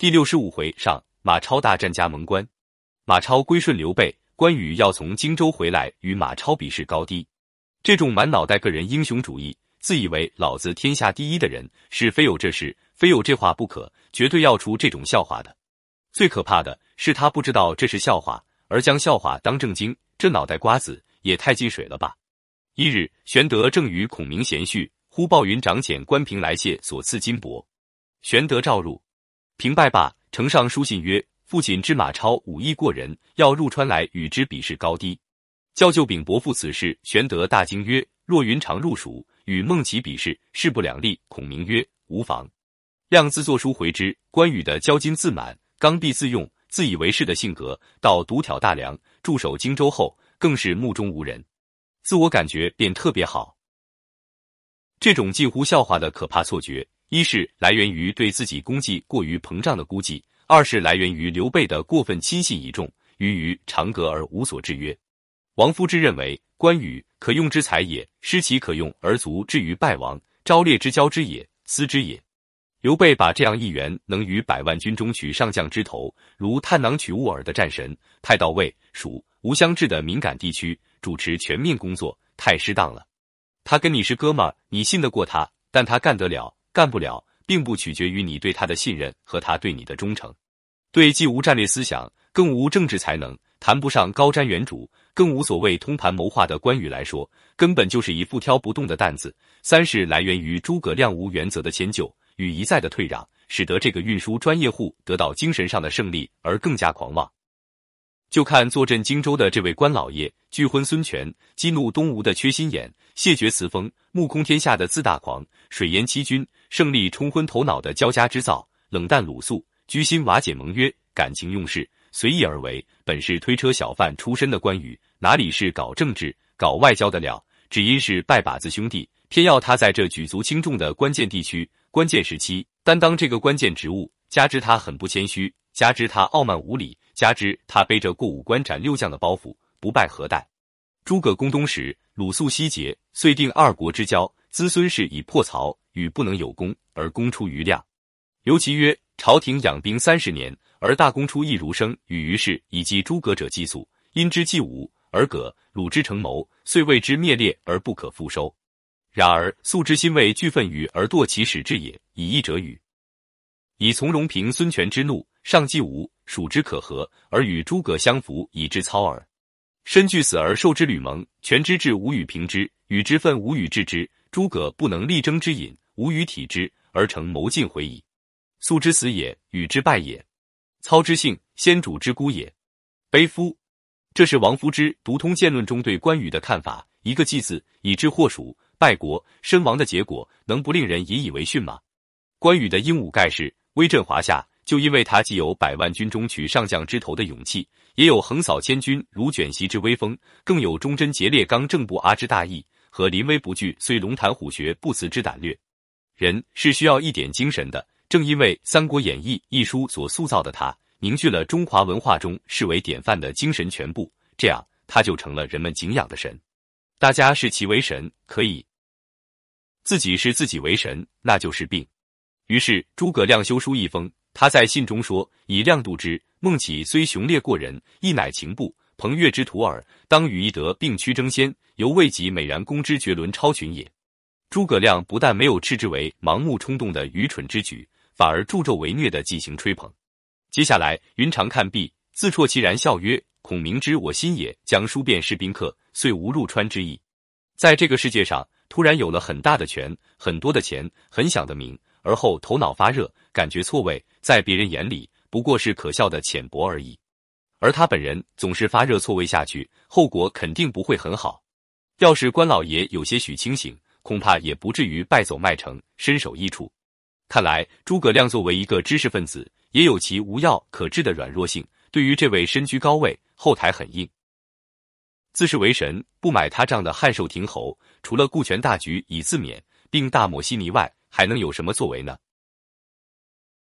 第65回上，马超大战加盟关。马超归顺刘备，关羽要从荆州回来，与马超比试高低。这种满脑袋个人英雄主义，自以为老子天下第一的人，是非有这事，非有这话不可，绝对要出这种笑话的。最可怕的是他不知道这是笑话，而将笑话当正经，这脑袋瓜子也太进水了吧。一日，玄德正与孔明闲叙，忽报云长遣关平来谢所赐金帛。玄德召入，平拜罢，呈上书信曰：父亲知马超武艺过人，要入川来与之比试高低。教就禀伯父此事。玄德大惊曰：若云长入蜀，与孟起比试，势不两立。孔明曰：无妨。亮自作书回之。关羽的骄矜自满、刚愎自用、自以为是的性格，到独挑大梁、驻守荆州后，更是目中无人，自我感觉便特别好。这种近乎笑话的可怕错觉，一是来源于对自己功绩过于膨胀的估计，二是来源于刘备的过分亲信倚重，于长阁而无所制约。王夫之认为，关羽可用之才也，失其可用而足至于败亡，昭烈之交之也，思之也。刘备把这样一员能于百万军中取上将之头，如探囊取物耳的战神，派到魏、蜀、吴相峙的敏感地区，主持全面工作，太失当了。他跟你是哥们儿，你信得过他，但他干得了干不了，并不取决于你对他的信任和他对你的忠诚。对既无战略思想，更无政治才能，谈不上高瞻远瞩，更无所谓通盘谋划的关羽来说，根本就是一副挑不动的担子。三是来源于诸葛亮无原则的迁就与一再的退让，使得这个运输专业户得到精神上的胜利而更加狂妄。就看坐镇荆州的这位关老爷，拒婚孙权，激怒东吴的缺心眼，谢绝辞封，目空天下的自大狂，水淹七军，胜利冲昏头脑的交加之躁，冷淡鲁肃，居心瓦解盟约，感情用事，随意而为，本是推车小贩出身的关羽，哪里是搞政治、搞外交的了？只因是拜把子兄弟，偏要他在这举足轻重的关键地区、关键时期担当这个关键职务，加之他很不谦虚，加之他傲慢无礼，加之他背着过五关斩六将的包袱，不拜何待？诸葛攻东时，鲁肃希捷，遂定二国之交，子孙氏以破曹，与不能有功，而功出于亮。刘琦曰：朝廷养兵30年，而大功出亦如生，与于是以及诸葛者计速，因之既无，而葛、鲁之成谋，遂为之灭裂而不可复收。然而肃之心为惧愤与而堕其始至也，以义者与。以从容平孙权之怒，上既无，蜀之可和，而与诸葛相符，以之操耳。身俱死而受之吕蒙，权之志无与平之，与之愤无与治之，诸葛不能力争之隐，无与体之，而成谋尽回矣。肃之死也，与之败也。操之性，先主之孤也。悲夫！这是王夫之读通鉴论中对关羽的看法，一个计字，以致祸蜀、败国、身亡的结果，能不令人引以为训吗？关羽的英武盖世，威震华夏，就因为他既有百万军中取上将之头的勇气，也有横扫千军如卷席之威风，更有忠贞节烈刚正不阿之大义，和临危不惧虽龙潭虎穴不辞之胆略。人是需要一点精神的，正因为《三国演义》一书所塑造的他，凝聚了中华文化中视为典范的精神全部，这样他就成了人们敬仰的神。大家视其为神，可以；自己视自己为神，那就是病。于是诸葛亮修书一封，他在信中说：以亮度之，孟起虽雄烈过人，亦乃情部，彭越之徒耳，当与翼德并驱争先，犹未及美然攻之绝伦超群也。诸葛亮不但没有斥之为盲目冲动的愚蠢之举，反而助纣为虐的进行吹捧。接下来云长看毕，自啜其然，笑曰：孔明知我心也，将书便示宾客，遂无入川之意。在这个世界上，突然有了很大的权、很多的钱、很响的名，而后头脑发热，感觉错位，在别人眼里不过是可笑的浅薄而已。而他本人总是发热错位下去，后果肯定不会很好。要是关老爷有些许清醒，恐怕也不至于败走麦城，身首异处。看来诸葛亮作为一个知识分子，也有其无药可治的软弱性，对于这位身居高位、后台很硬、自视为神、不买他账的汉寿亭侯，除了顾全大局以自勉，并大抹稀泥外，还能有什么作为呢？